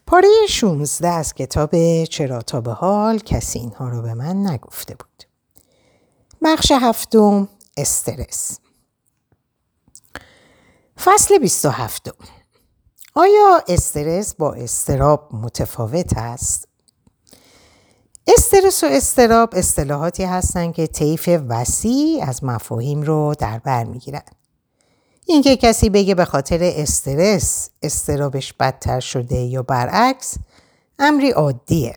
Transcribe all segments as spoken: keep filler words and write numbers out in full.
پاره شانزده از کتاب چرا تا به حال کسی اینها رو به من نگفته بود. بخش هفتم، استرس. فصل بیست و هفت. آیا استرس با اضطراب متفاوت است؟ استرس و اضطراب اصطلاحاتی هستند که طیف وسیع از مفاهیم رو در بر میگیرند. اینکه کسی بگه به خاطر استرس اضطرابش بدتر شده یا برعکس امری عادیه.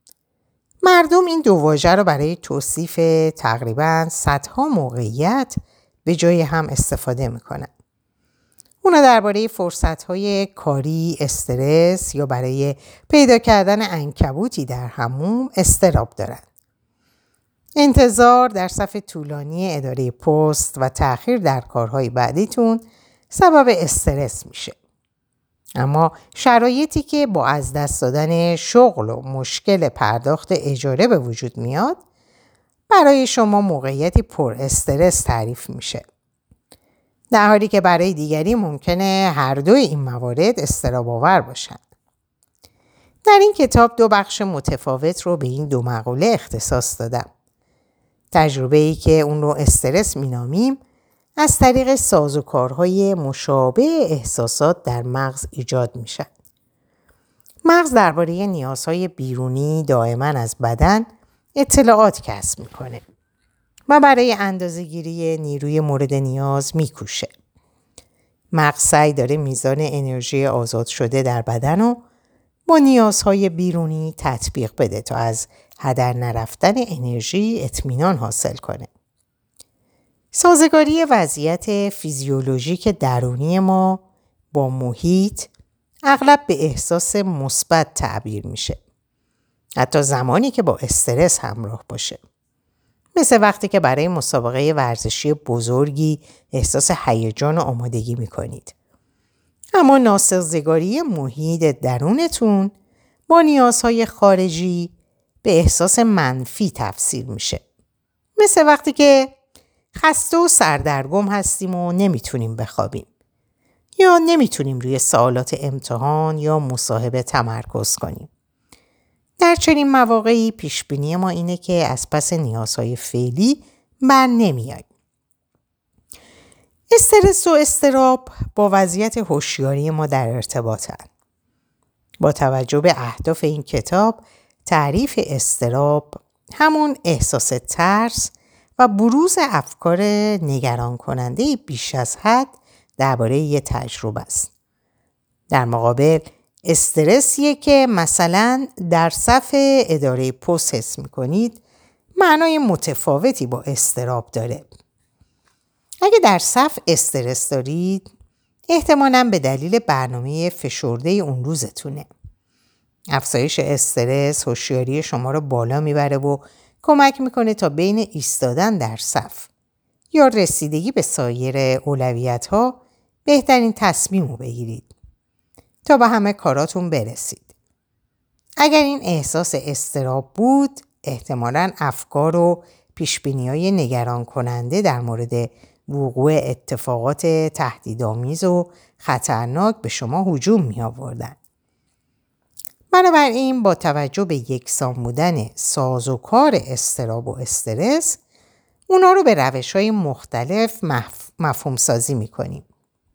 مردم این دو واژه رو برای توصیف تقریباً صدها موقعیت به جای هم استفاده میکنن. اونا درباره فرصت‌های کاری استرس یا برای پیدا کردن عنکبوتی در حموم اضطراب دارن. انتظار در صف طولانی اداره پست و تأخیر در کارهای بعدیتون سبب استرس میشه. اما شرایطی که با از دست دادن شغل و مشکل پرداخت اجاره به وجود میاد برای شما موقعیتی پر استرس تعریف میشه. در حالی که برای دیگری ممکنه هر دوی این موارد اضطراب آور باشن. در این کتاب دو بخش متفاوت رو به این دو مقوله اختصاص دادم. تجربه‌ای که اون رو استرس مینامیم از طریق سازوکارهای مشابه احساسات در مغز ایجاد میشن. مغز درباره نیازهای بیرونی دائما از بدن اطلاعات کسب میکنه و برای اندازه‌گیری نیروی مورد نیاز میکوشه. مغز سعی داره میزان انرژی آزاد شده در بدن رو با نیازهای بیرونی تطبیق بده تا از هدر نرفتن انرژی اطمینان حاصل کنه. سازگاری وضعیت فیزیولوژیک درونی ما با محیط اغلب به احساس مثبت تعبیر میشه. حتی زمانی که با استرس همراه باشه. مثل وقتی که برای مسابقه ورزشی بزرگی احساس هیجان و آمادگی میکنید. اما ناسازگاری محیط درونتون با نیازهای خارجی به احساس منفی تفسیر میشه. مثل وقتی که خسته و سردرگم هستیم و نمیتونیم بخوابیم. یا نمیتونیم روی سوالات امتحان یا مصاحبه تمرکز کنیم. در چنین مواقعی پیشبینی ما اینه که از پس نیازهای فعلی بر نمیاییم. استرس و اضطراب با وضعیت هوشیاری ما در ارتباطن. با توجه به اهداف این کتاب، تعریف اضطراب همون احساس ترس و بروز افکار نگران کننده بیش از حد درباره یه تجربه است. در مقابل استرسیه که مثلا در صف اداره پست حس میکنید معنای متفاوتی با اضطراب داره. اگه در صف استرس دارید احتمالاً به دلیل برنامه فشرده اون روزتونه. افزایش استرس هوشیاری شما رو بالا میبره و کمک میکنه تا بین ایستادن در صف یا رسیدگی به سایر اولویت‌ها بهترین تصمیم رو بگیرید تا به همه کاراتون برسید. اگر این احساس اضطراب بود احتمالاً افکار و پیشبینی‌های نگران کننده در مورد وقوع اتفاقات تهدیدآمیز و خطرناک به شما هجوم می‌آوردند. بنابراین با توجه به یکسان بودن سازوکار اضطراب و استرس اونا رو به روش‌های مختلف مف... مفهوم سازی می‌کنیم.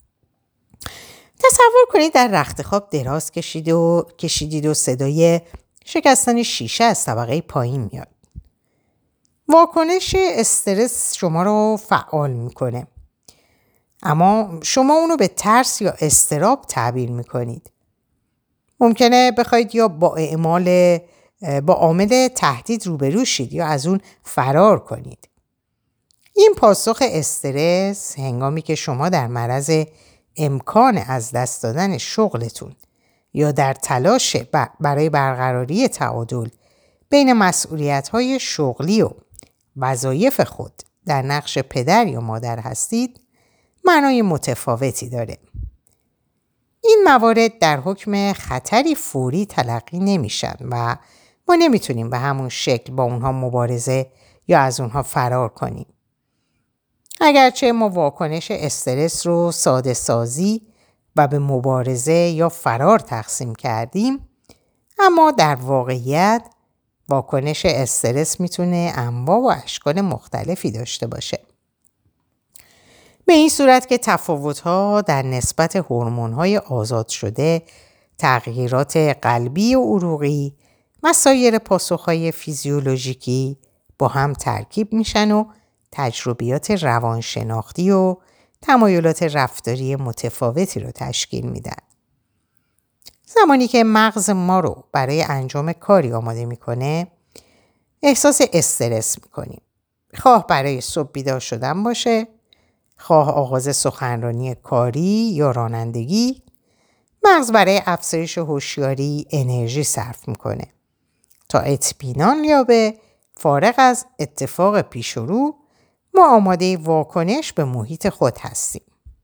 تصور کنید در رخت خواب دراز کشید و کشیدید و صدای شکستن شیشه از طبقه پایین میاد. واکنش استرس شما رو فعال میکنه. اما شما اونو به ترس یا اضطراب تعبیر میکنید. ممکنه بخواید یا با اعمال با عامل تهدید روبرو شید یا از اون فرار کنید. این پاسخ استرس هنگامی که شما در معرض امکان از دست دادن شغلتون یا در تلاش برای برقراری تعادل بین مسئولیت‌های شغلی و وظایف خود در نقش پدر یا مادر هستید معنای متفاوتی داره. این موارد در حکم خطری فوری تلقی نمیشن و ما نمیتونیم به همون شکل با اونها مبارزه یا از اونها فرار کنیم. اگرچه ما واکنش استرس رو ساده سازی و به مبارزه یا فرار تقسیم کردیم، اما در واقعیت واکنش استرس میتونه انواع و اشکال مختلفی داشته باشه. به این صورت که تفاوت‌ها در نسبت هورمون‌های آزاد شده، تغییرات قلبی و عروقی و سایر پاسخ‌های فیزیولوژیکی با هم ترکیب میشن و تجربیات روانشناختی و تمایلات رفتاری متفاوتی رو تشکیل میدن. زمانی که مغز ما رو برای انجام کاری آماده میکنه، احساس استرس میکنیم. خواه برای صبح بیدار شدن باشه، خواه آغاز سخنرانی کاری یا رانندگی، مغز برای افزایش هوشیاری انرژی صرف میکنه تا اطمینان یابه فارغ از اتفاق پیش رو ما آماده واکنش به محیط خود هستیم.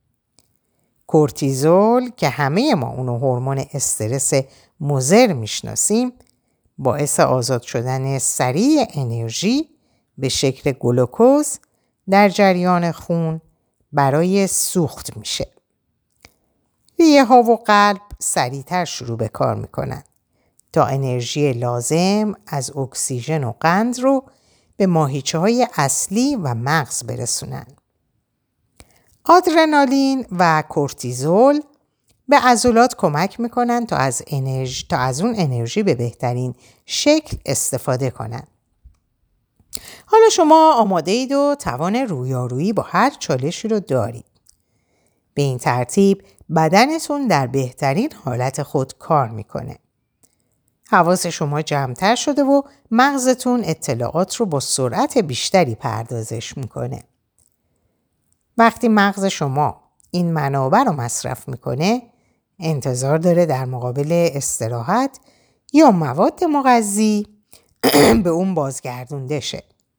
کورتیزول که همه ما اونو هورمون استرس مضر میشناسیم، باعث آزاد شدن سریع انرژی به شکل گلوکوز در جریان خون برای سوخت میشه. ریه ها و قلب سریعتر شروع به کار میکنن تا انرژی لازم از اکسیژن و قند رو به ماهیچه های اصلی و مغز برسونن. آدرنالین و کورتیزول به عضلات کمک میکنن تا از انرژی تا از اون انرژی به بهترین شکل استفاده کنن. حالا شما آماده اید و توان رویارویی با هر چالشی رو دارید. به این ترتیب بدنتون در بهترین حالت خود کار میکنه. حواس شما جمع‌تر شده و مغزتون اطلاعات رو با سرعت بیشتری پردازش میکنه. وقتی مغز شما این منابع رو مصرف میکنه، انتظار داره در مقابل استراحت یا مواد مغذی به اون بازگردونده شه.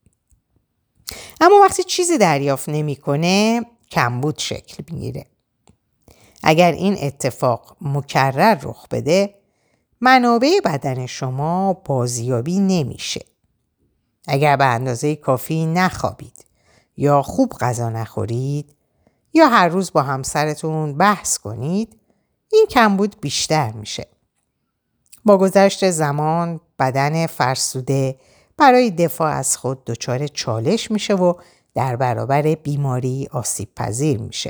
اما وقتی چیزی دریافت نمیکنه، کمبود شکل میگیره. اگر این اتفاق مکرر رخ بده، منابع بدن شما بازیابی نمیشه. اگر به اندازه کافی نخوابید یا خوب غذا نخورید یا هر روز با همسرتون بحث کنید، این کمبود بیشتر میشه. با گذشت زمان بدن فرسوده برای دفاع از خود دچار چالش میشه و در برابر بیماری آسیب پذیر میشه.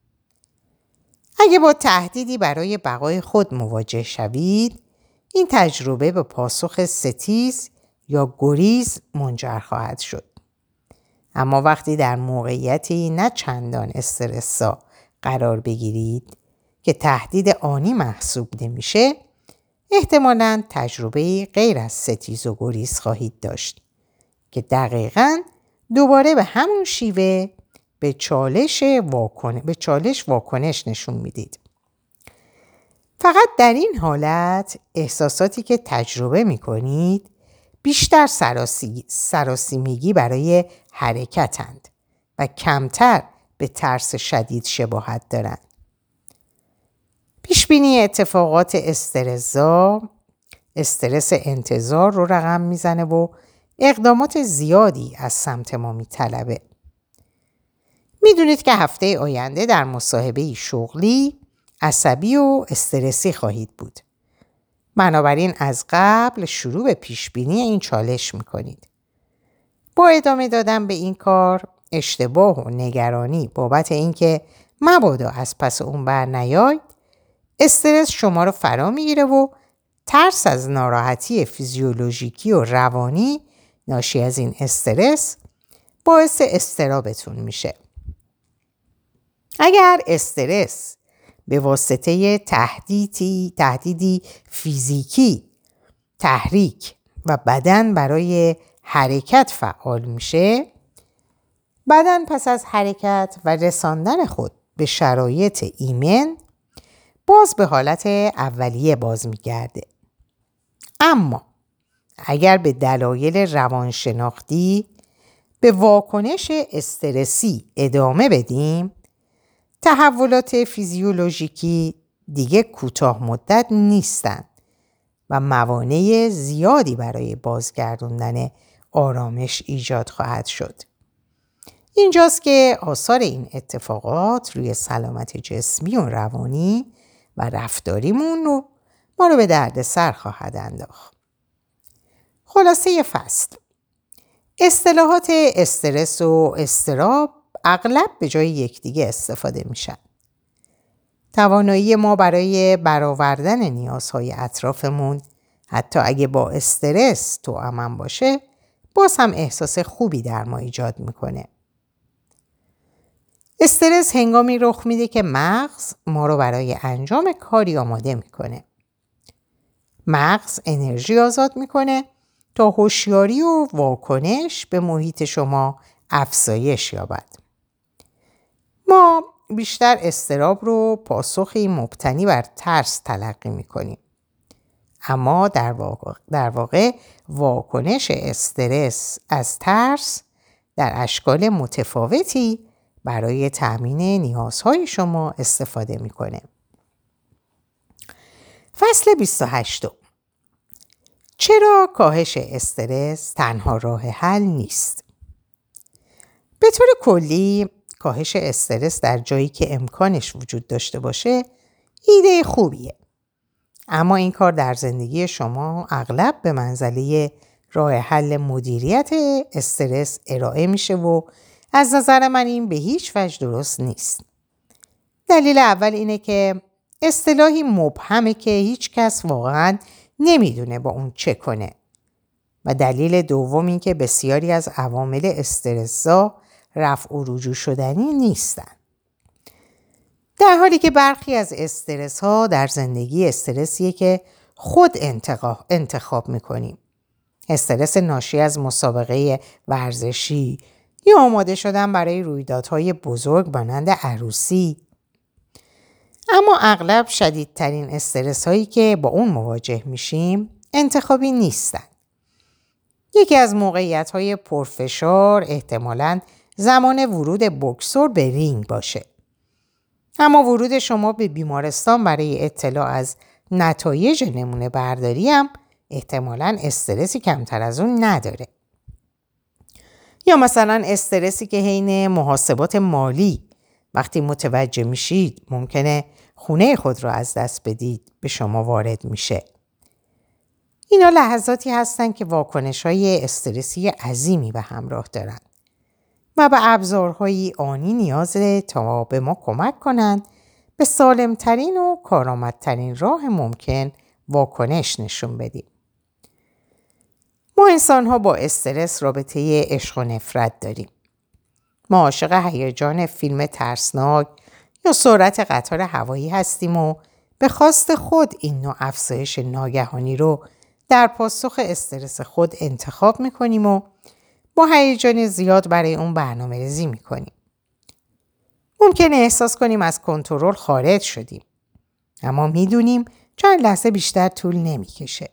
اگه با تهدیدی برای بقای خود مواجه شوید، این تجربه به پاسخ ستیز یا گریز منجر خواهد شد. اما وقتی در موقعیتی نه چندان استرس‌زا قرار بگیرید که تهدید آنی محسوب نمیشه، احتمالاً تجربه غیر از ستیز و گریز خواهید داشت که دقیقاً دوباره به همون شیوه به چالش واکن... به چالش واکنش نشون میدید. فقط در این حالت احساساتی که تجربه میکنید بیشتر سراسی... سراسیمگی برای حرکتند و کمتر به ترس شدید شباهت دارند. پیشبینی اتفاقات استرس‌زا استرس انتظار رو رقم میزنه و اقدامات زیادی از سمت ما میطلبه. میدونید که هفته آینده در مصاحبه شغلی عصبی و استرسی خواهید بود. بنابراین از قبل شروع به پیشبینی این چالش میکنید. با ادامه دادن به این کار، اشتباه و نگرانی بابت اینکه مبادا از پس اون بر نیاید، استرس شما رو فرا میگیره و ترس از ناراحتی فیزیولوژیکی و روانی ناشی از این استرس باعث اضطرابتون میشه. اگر استرس به واسطه تهدیدی تهدیدی فیزیکی، تحریک و بدن برای حرکت فعال میشه، بدن پس از حرکت و رساندن خود به شرایط ایمن باز به حالت اولیه باز میگرده. اما اگر به دلایل روانشناختی به واکنش استرسی ادامه بدیم، تحولات فیزیولوژیکی دیگه کوتاه مدت نیستند و موانع زیادی برای بازگردوندن آرامش ایجاد خواهد شد. اینجاست که آثار این اتفاقات روی سلامت جسمی و روانی و رفتاریمون رو ما رو به درد سر خواهد انداخت. خلاصه فصل: اصطلاحات استرس و اضطراب اغلب به جای یکدیگه استفاده میشن. توانایی ما برای برآوردن نیازهای اطرافمون حتی اگه با استرس توأم باشه باز هم احساس خوبی در ما ایجاد میکنه. استرس هنگامی رخ میده که مغز ما رو برای انجام کاری آماده میکنه. مغز انرژی آزاد میکنه تا هوشیاری و واکنش به محیط شما افزایش یابد. ما بیشتر اضطراب رو پاسخی مبتنی بر ترس تلقی میکنیم. اما در واقع, در واقع واکنش استرس از ترس در اشکال متفاوتی برای تأمین نیازهای شما استفاده میکنه. فصل بیست و هشت: چرا کاهش استرس تنها راه حل نیست؟ به طور کلی کاهش استرس در جایی که امکانش وجود داشته باشه ایده خوبیه. اما این کار در زندگی شما اغلب به منزله راه حل مدیریت استرس ارائه میشه و از نظر من این به هیچ وجه درست نیست. دلیل اول اینه که اصطلاحی مبهمه که هیچ کس واقعاً نمیدونه با اون چه کنه. و دلیل دوم این که بسیاری از عوامل استرس‌زا رفع و رجوع شدنی نیستن. در حالی که برخی از استرس ها در زندگی استرسیه که خود انتخاب, انتخاب میکنیم. استرس ناشی از مسابقه ورزشی یا آماده شدن برای رویدادهای بزرگ مانند عروسی. اما اغلب شدیدترین استرس هایی که با اون مواجه میشیم انتخابی نیستن. یکی از موقعیت های پرفشار احتمالاً زمان ورود بوکسور به رینگ باشه. اما ورود شما به بیمارستان برای اطلاع از نتایج نمونه برداری هم احتمالاً استرسی کمتر از اون نداره. یا مثلا استرسی که حین محاسبات مالی وقتی متوجه میشید ممکنه خونه خود را از دست بدید به شما وارد میشه. اینا لحظاتی هستن که واکنش‌های استرسی عظیمی به همراه دارن و به ابزارهای آنی نیازه تا به ما کمک کنند به سالمترین و کارآمدترین راه ممکن واکنش نشون بدیم. ما انسان‌ها با استرس رابطه عشق و نفرت داریم. ما عاشق هیجان فیلم ترسناک یا سرعت قطار هوایی هستیم و به خواست خود این نوع افزایش ناگهانی رو در پاسخ استرس خود انتخاب می‌کنیم و با هیجان زیاد برای اون برنامه‌ریزی می‌کنیم. ممکنه احساس کنیم از کنترل خارج شدیم. اما می‌دونیم چند لحظه بیشتر طول نمی‌کشه.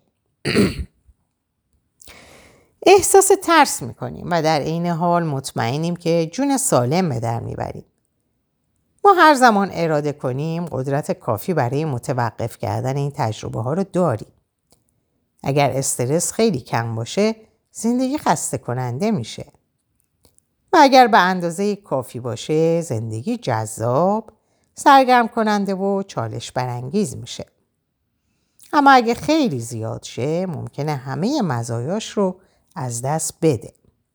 احساس ترس می‌کنیم و در عین حال مطمئنیم که جون سالم به در می‌بریم. ما هر زمان اراده کنیم قدرت کافی برای متوقف کردن این تجربه ها رو داریم. اگر استرس خیلی کم باشه زندگی خسته کننده میشه. و اگر به اندازه کافی باشه زندگی جذاب، سرگرم کننده و چالش برانگیز میشه. اما اگه خیلی زیاد شه ممکنه همه مزایاش رو از دست بده.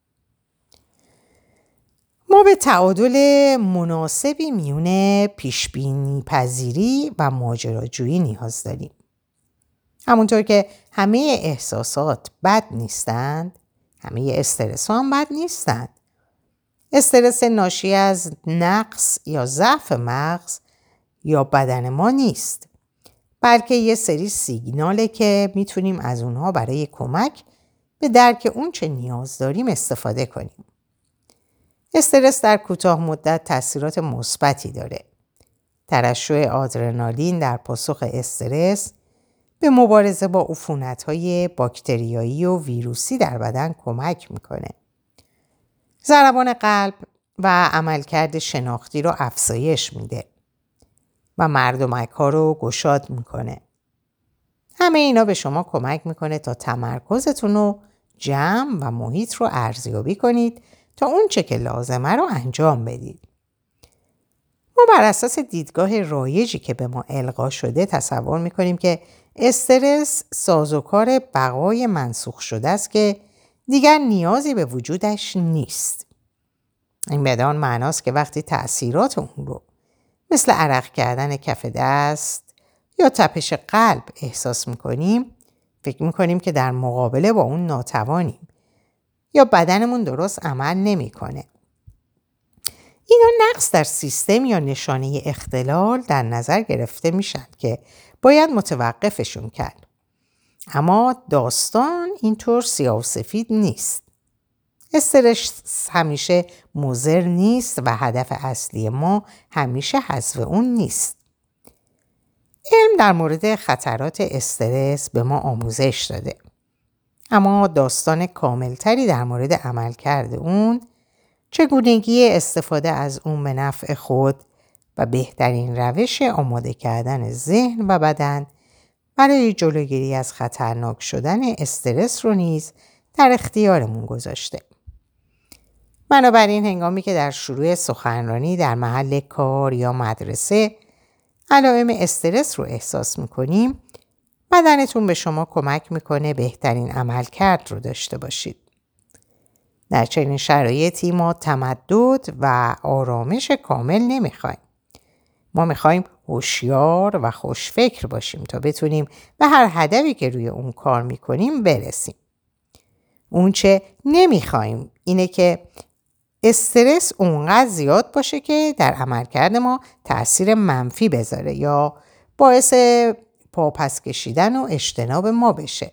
ما به تعادل مناسبی میونه پیشبینی پذیری و ماجراجویی نیاز داریم. همونطور که همه احساسات بد نیستند، همه استرس هم بد نیستند. استرس ناشی از نقص یا ضعف مغز یا بدن ما نیست، بلکه یه سری سیگناله که میتونیم از اونها برای کمک به درک اون چه نیاز داریم استفاده کنیم. استرس در کوتاه مدت تاثیرات مثبتی داره. ترشح آدرنالین در پاسخ استرس به مبارزه با عفونت‌های باکتریایی و ویروسی در بدن کمک میکنه. ضربان قلب و عملکرد شناختی رو افزایش میده و مردمک‌ها رو گشاد میکنه. همه اینا به شما کمک میکنه تا تمرکزتون رو جمع و محیط رو ارزیابی کنید تا اون چه که لازمه رو انجام بدید. ما بر اساس دیدگاه رایجی که به ما القا شده تصور میکنیم که استرس سازوکار بقای منسوخ شده است که دیگر نیازی به وجودش نیست. این بدان معناست که وقتی تأثیرات اون رو مثل عرق کردن کف دست یا تپش قلب احساس میکنیم، فکر میکنیم که در مقابله با اون ناتوانیم یا بدنمون درست عمل نمیکنه. اینا نقص در سیستم یا نشانه اختلال در نظر گرفته میشن که باید متوقفشون کرد. اما داستان اینطور سیاه و سفید نیست. استرس همیشه مضر نیست و هدف اصلی ما همیشه حذف اون نیست. علم در مورد خطرات استرس به ما آموزش داده. اما داستان کاملتری در مورد عملکرد اون، چگونگی استفاده از اون به نفع خود و بهترین روش آماده کردن ذهن و بدن برای جلوگیری از خطرناک شدن استرس رو نیز در اختیارمون گذاشته. بنابراین هنگامی که در شروع سخنرانی در محل کار یا مدرسه علائم استرس رو احساس میکنیم، بدنتون به شما کمک میکنه بهترین عملکرد رو داشته باشید. در چنین شرایطی ما تمدد و آرامش کامل نمیخوایم. ما میخوایم هوشیار و خوشفکر باشیم تا بتونیم به هر هدفی که روی اون کار میکنیم برسیم. اون چه نمیخوایم اینه که استرس اونقدر زیاد باشه که در عملکرد ما تأثیر منفی بذاره یا باعث پاپس کشیدن و اجتناب ما بشه.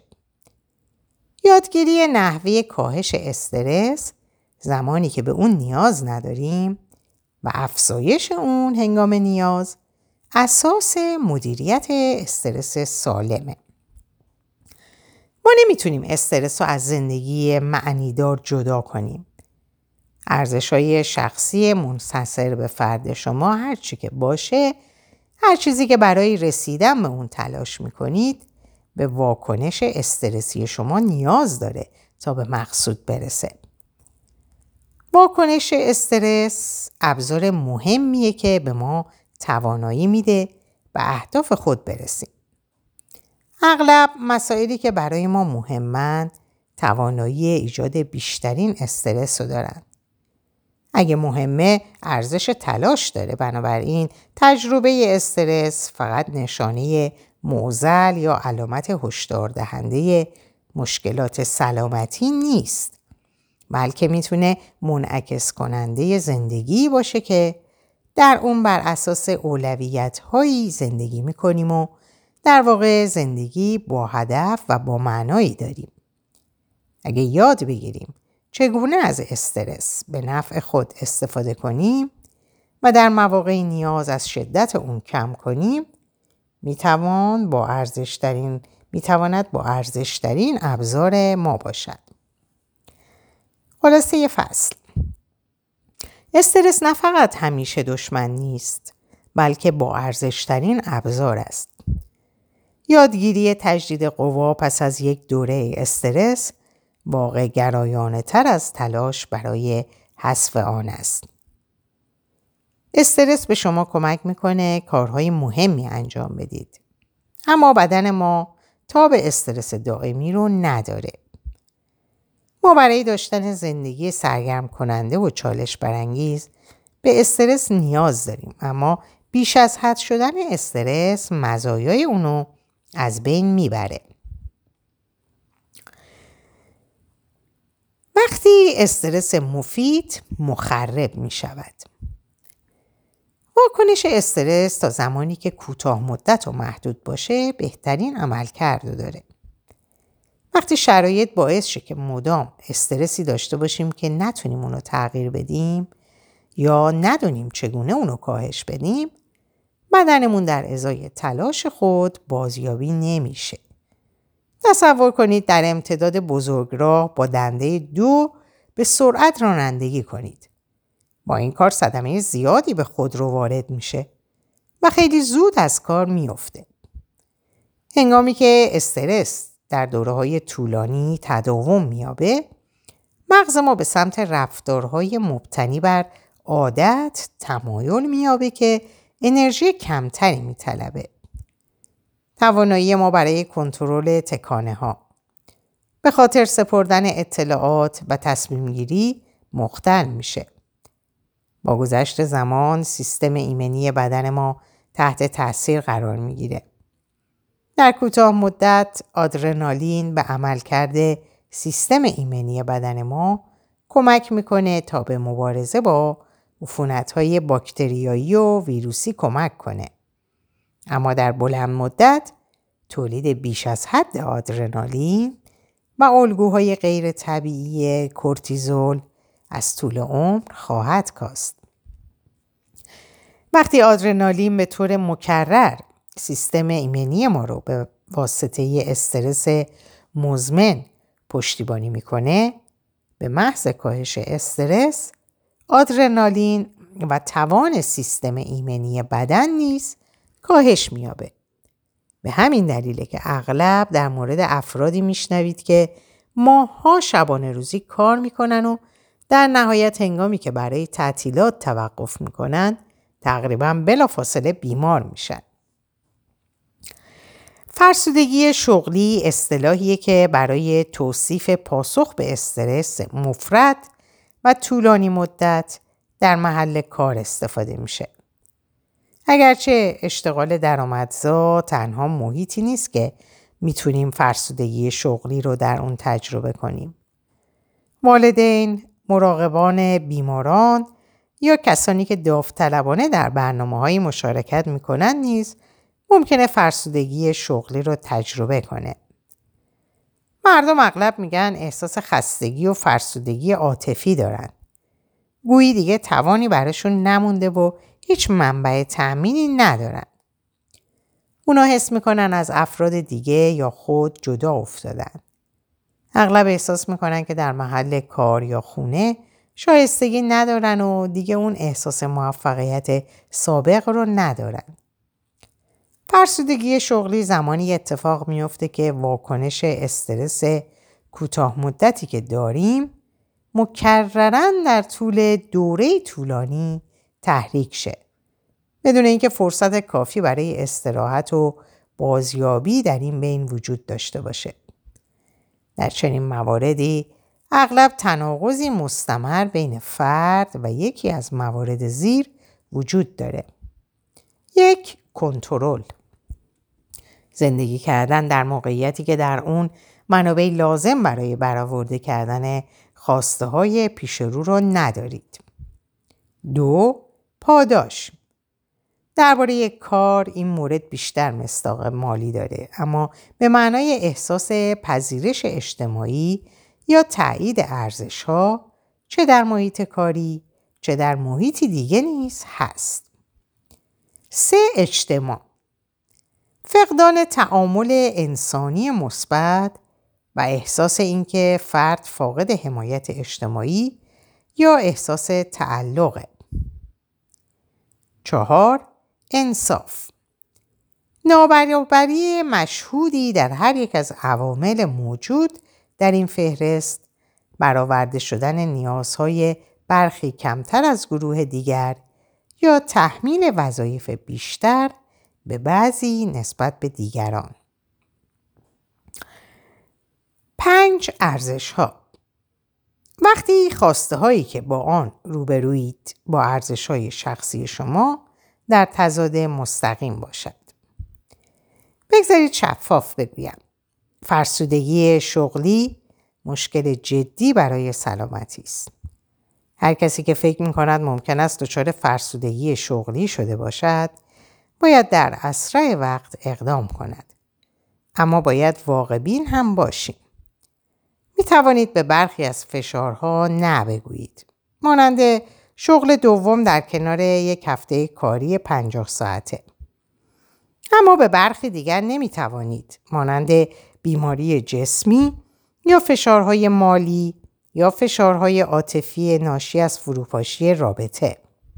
یادگیری نحوه کاهش استرس زمانی که به اون نیاز نداریم و افزایش اون هنگام نیاز اساس مدیریت استرس سالمه. ما نمیتونیم استرس رو از زندگی معنیدار جدا کنیم. ارزش‌های شخصی منحصر به فرد شما هر چی که باشه، هر چیزی که برای رسیدن به اون تلاش میکنید به واکنش استرسی شما نیاز داره تا به مقصود برسه. واکنش استرس ابزار مهمیه که به ما توانایی میده به اهداف خود برسیم. اغلب مسائلی که برای ما مهمن توانایی ایجاد بیشترین استرس رو دارن. اگه مهمه ارزش تلاش داره، بنابراین تجربه استرس فقط نشانه معضل یا علامت هشدار دهنده مشکلات سلامتی نیست، بلکه میتونه منعکس کننده زندگی باشه که در اون بر اساس اولویت‌هایی زندگی میکنیم و در واقع زندگی با هدف و با معنایی داریم. اگه یاد بگیریم چگونه از استرس به نفع خود استفاده کنیم و در مواقع نیاز از شدت اون کم کنیم، میتوان با ارزشترین میتواند با ارزشترین ابزار ما باشد. خلاصه فصل: استرس نه فقط همیشه دشمن نیست، بلکه با ارزشترین ابزار است. یادگیری تجدید قوا پس از یک دوره استرس واقع گرایانه تر از تلاش برای حذف آن است. استرس به شما کمک میکنه کارهای مهمی انجام بدید. اما بدن ما تاب استرس دائمی رو نداره. ما برای داشتن زندگی سرگرم کننده و چالش برانگیز به استرس نیاز داریم، اما بیش از حد شدن استرس مزایای اونو از بین میبره. وقتی استرس مفید مخرب می شود. واکنش استرس تا زمانی که کوتاه مدت و محدود باشه بهترین عملکرد داره. وقتی شرایط باعث شه که مدام استرسی داشته باشیم که نتونیم اونو تغییر بدیم یا ندونیم چگونه اونو کاهش بدیم، بدنمون در ازای تلاش خود بازیابی نمیشه. تصور کنید در امتداد بزرگراه با دنده دو به سرعت رانندگی کنید. با این کار صدمه زیادی به خودرو وارد میشه و خیلی زود از کار میفته. هنگامی که استرس در دوره‌های طولانی تداوم میابه، مغز ما به سمت رفتارهای مبتنی بر عادت تمایل می‌یابه که انرژی کمتری می‌طلبه. توانایی ما برای کنترل تکانه ها به خاطر سپردن اطلاعات و تصمیم گیری مختل میشه. با گذشت زمان سیستم ایمنی بدن ما تحت تاثیر قرار میگیره. در کوتاه مدت آدرنالین به عملکرد سیستم ایمنی بدن ما کمک میکنه تا به مبارزه با عفونت‌های باکتریایی و ویروسی کمک کنه. اما در بلند مدت تولید بیش از حد آدرنالین و الگوهای غیر طبیعی کورتیزول از طول عمر خواهد کاست. وقتی آدرنالین به طور مکرر سیستم ایمنی ما رو به واسطه استرس مزمن پشتیبانی میکنه، به محض کاهش استرس، آدرنالین و توان سیستم ایمنی بدن نیز کاهش می‌یابه. به همین دلیله که اغلب در مورد افرادی میشنوید که ماه‌ها شبانه روزی کار میکنن و در نهایت هنگامی که برای تعطیلات توقف میکنن تقریباً بلافاصله بیمار میشن. فرسودگی شغلی اصطلاحیه که برای توصیف پاسخ به استرس مفرط و طولانی مدت در محل کار استفاده میشه. اگرچه اشتغال درآمدزا تنها محیطی نیست که میتونیم فرسودگی شغلی رو در اون تجربه کنیم. والدین، مراقبان بیماران یا کسانی که داوطلبانه در برنامه‌های مشارکت میکنن نیز ممکنه فرسودگی شغلی رو تجربه کنه. مردم اغلب میگن احساس خستگی و فرسودگی عاطفی دارن. گویی دیگه توانی براشون نمونده و هیچ منبع تأمینی ندارن. اونا حس میکنن از افراد دیگه یا خود جدا افتادن. اغلب احساس میکنن که در محل کار یا خونه شایستگی ندارن و دیگه اون احساس موفقیت سابق رو ندارن. فرسودگی شغلی زمانی اتفاق میفته که واکنش استرس کوتاه مدتی که داریم مکرراً در طول دوره طولانی تحریک شه، بدون اینکه فرصت کافی برای استراحت و بازیابی در این بین وجود داشته باشه. در چنین مواردی اغلب تناقضی مستمر بین فرد و یکی از موارد زیر وجود داره. یک، کنترل. زندگی کردن در موقعیتی که در اون منابع لازم برای برآورده کردن خواسته های پیش رو رو ندارید. دو، پاداش. درباره یک کار این مورد بیشتر مصداق مالی داره، اما به معنای احساس پذیرش اجتماعی یا تایید ارزش‌ها چه در محیط کاری چه در محیطی دیگه نیز هست. سه، اجتماع. فقدان تعامل انسانی مثبت و احساس اینکه فرد فاقد حمایت اجتماعی یا احساس تعلقه. چهار، انصاف. نابرابری مشهودی در هر یک از عوامل موجود در این فهرست، برآورده شدن نیازهای برخی کمتر از گروه دیگر یا تحمیل وظایف بیشتر به بعضی نسبت به دیگران. پنج، ارزش‌ها. وقتی خواسته هایی که با آن روبرویید با ارزش‌های شخصی شما در تضاد مستقیم باشد. بگذارید شفاف بگویم. فرسودگی شغلی مشکل جدی برای سلامتی است. هر کسی که فکر می‌کند ممکن است دچار فرسودگی شغلی شده باشد، باید در اسرع وقت اقدام کند. اما باید واقع‌بین هم باشیم. می توانید به برخی از فشارها نه بگویید. مانند شغل دوم در کنار یک هفته کاری پنجاه ساعته. اما به برخی دیگر نمی توانید. مانند بیماری جسمی یا فشارهای مالی یا فشارهای عاطفی ناشی از فروپاشی رابطه.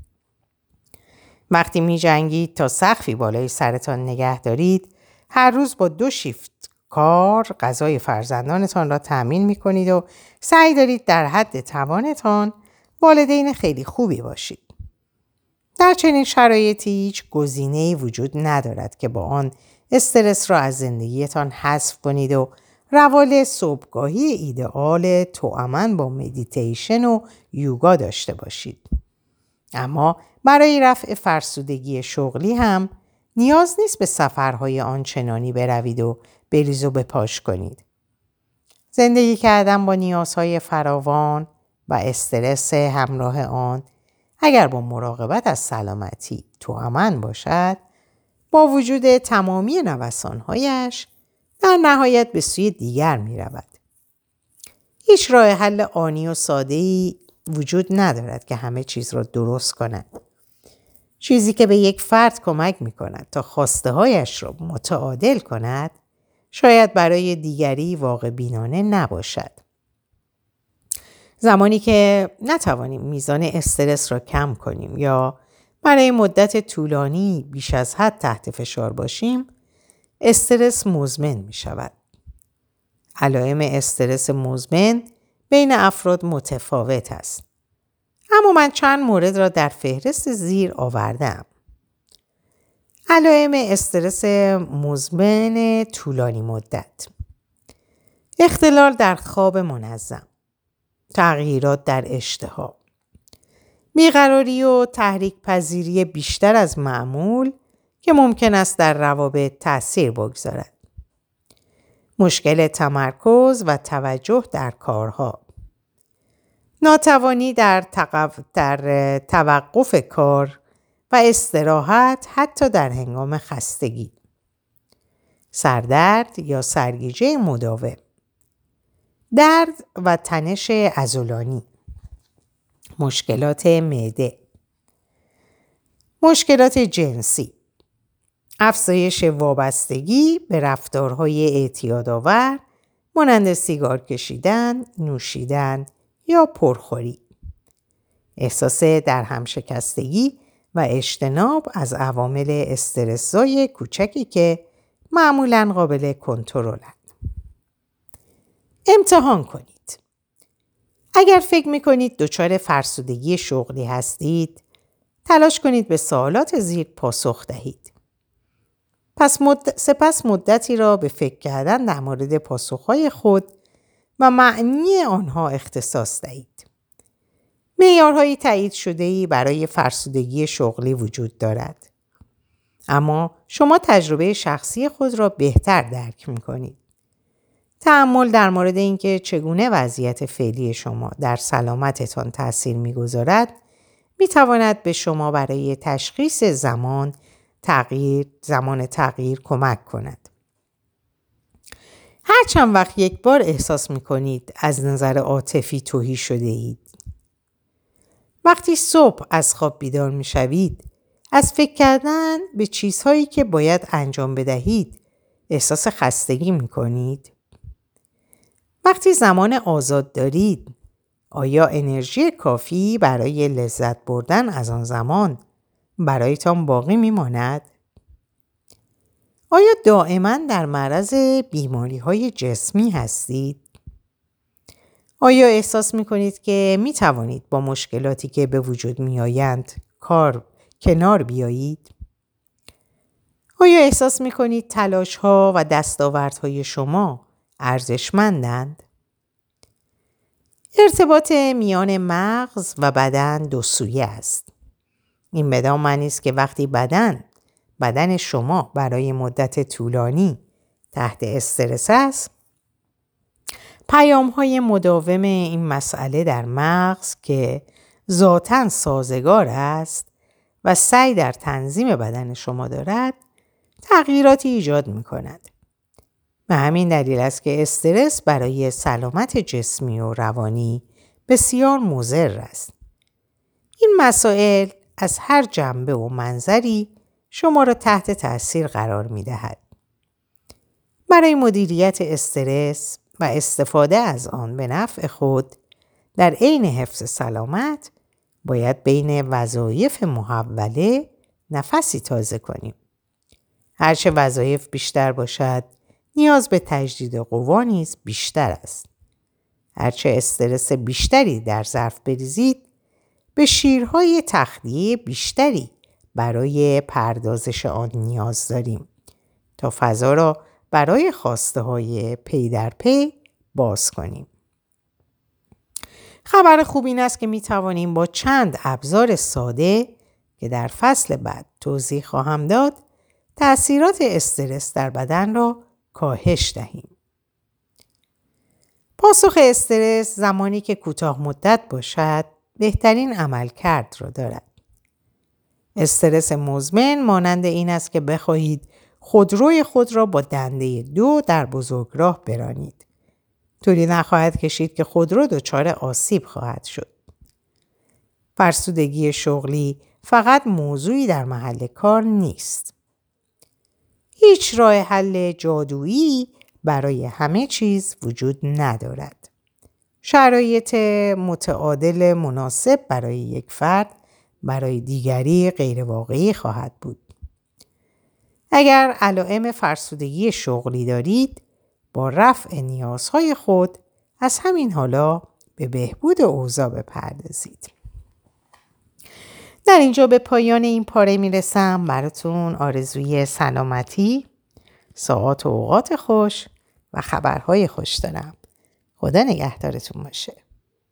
وقتی می جنگید تا سقفی بالای سرتان نگه دارید، هر روز با دو شیفت کار غذای فرزندانتان را تأمین می کنید و سعی دارید در حد توانتان والدین خیلی خوبی باشید. در چنین شرایطی هیچ گزینه‌ای وجود ندارد که با آن استرس را از زندگیتان حذف کنید و روال صبحگاهی ایدئال توأمن با مدیتیشن و یوگا داشته باشید. اما برای رفع فرسودگی شغلی هم نیاز نیست به سفرهای آنچنانی بروید و بریز و بپاش کنید. زندگی کردن با نیازهای فراوان و استرس همراه آن اگر با مراقبت از سلامتی توأمن باشد، با وجود تمامی نوسانهایش در نهایت به سوی دیگر می رود. هیچ راه حل آنی و ساده‌ای وجود ندارد که همه چیز را درست کند. چیزی که به یک فرد کمک می کند تا خواسته هایش را متعادل کند، شاید برای دیگری واقع بینانه نباشد. زمانی که نتوانیم میزان استرس را کم کنیم یا برای مدت طولانی بیش از حد تحت فشار باشیم، استرس مزمن می شود. علائم استرس مزمن بین افراد متفاوت است. اما من چند مورد را در فهرست زیر آوردم. علائم استرس مزمن طولانی مدت: اختلال در خواب منظم، تغییرات در اشتها، بیقراری و تحریک پذیری بیشتر از معمول که ممکن است در روابط تأثیر بگذارد، مشکل تمرکز و توجه در کارها، ناتوانی در, تقف... در توقف کار و استراحت حتی در هنگام خستگی، سردرد یا سرگیجه مداوم، درد و تنش عضلانی، مشکلات معده، مشکلات جنسی، افزایش وابستگی به رفتارهای اعتیادآور مانند سیگار کشیدن، نوشیدن یا پرخوری، احساس درهم شکستگی و اجتناب از عوامل استرس‌زای کوچکی که معمولاً قابل کنترلند. امتحان کنید. اگر فکر می‌کنید دچار فرسودگی شغلی هستید، تلاش کنید به سوالات زیر پاسخ دهید. پس مد... سپس مدتی را به فکر کردن در مورد پاسخ‌های خود و معنی آنها اختصاص دهید. معیارهای تایید شده‌ای برای فرسودگی شغلی وجود دارد. اما شما تجربه شخصی خود را بهتر درک می‌کنید. تأمل در مورد اینکه چگونه وضعیت فعلی شما در سلامتتان تأثیر می‌گذارد می‌تواند به شما برای تشخیص زمان تغییر زمان تغییر کمک کند. هر چند وقت یک بار احساس می‌کنید از نظر عاطفی تهی شده اید. وقتی صبح از خواب بیدار می‌شوید، از فکر کردن به چیزهایی که باید انجام بدهید احساس خستگی می‌کنید. وقتی زمان آزاد دارید، آیا انرژی کافی برای لذت بردن از آن زمان برایتان باقی میماند؟ آیا دائما در معرض بیماری‌های جسمی هستید؟ آیا احساس می‌کنید که می‌توانید با مشکلاتی که به وجود می‌آیند کار کنار بیایید؟ آیا احساس می‌کنید تلاش‌ها و دستاوردهای شما ارزشمندند؟ ارتباط میان مغز و بدن دو سویه است. این بدان معنی است که وقتی بدن بدن شما برای مدت طولانی تحت استرس است، پیام‌های مداوم این مسئله در مغز که ذاتاً سازگار است و سعی در تنظیم بدن شما دارد، تغییراتی ایجاد می‌کند. به همین دلیل است که استرس برای سلامت جسمی و روانی بسیار مضر است. این مسائل از هر جنبه و منظری شما را تحت تأثیر قرار می‌دهد. برای مدیریت استرس و استفاده از آن به نفع خود در عین حفظ سلامت، باید بین وظایف محوله نفسی تازه کنیم. هرچه وظایف بیشتر باشد، نیاز به تجدید قوا نیز بیشتر است. هرچه استرس بیشتری در ظرف بریزید، به شیرهای تخلیه بیشتری برای پردازش آن نیاز داریم تا فضا را برای خواسته های پی در پی باز کنیم. خبر خوب این است که می توانیم با چند ابزار ساده که در فصل بعد توضیح خواهم داد تأثیرات استرس در بدن را کاهش دهیم. پاسخ استرس زمانی که کوتاه مدت باشد بهترین عملکرد را دارد. استرس مزمن مانند این است که بخواهید خودروی خود را با دنده دو در بزرگراه برانید. طولی نخواهد کشید که خودرو دچار آسیب خواهد شد. فرسودگی شغلی فقط موضوعی در محل کار نیست. هیچ راه حل جادویی برای همه چیز وجود ندارد. شرایط متعادل مناسب برای یک فرد برای دیگری غیر واقعی خواهد بود. اگر علائم فرسودگی شغلی دارید، با رفع نیازهای خود از همین حالا به بهبود اوضاع بپردازید. در اینجا به پایان این پاره میرسم. براتون آرزوی سلامتی، ساعات و اوقات خوش و خبرهای خوش دارم. خدا نگهدارتون باشه.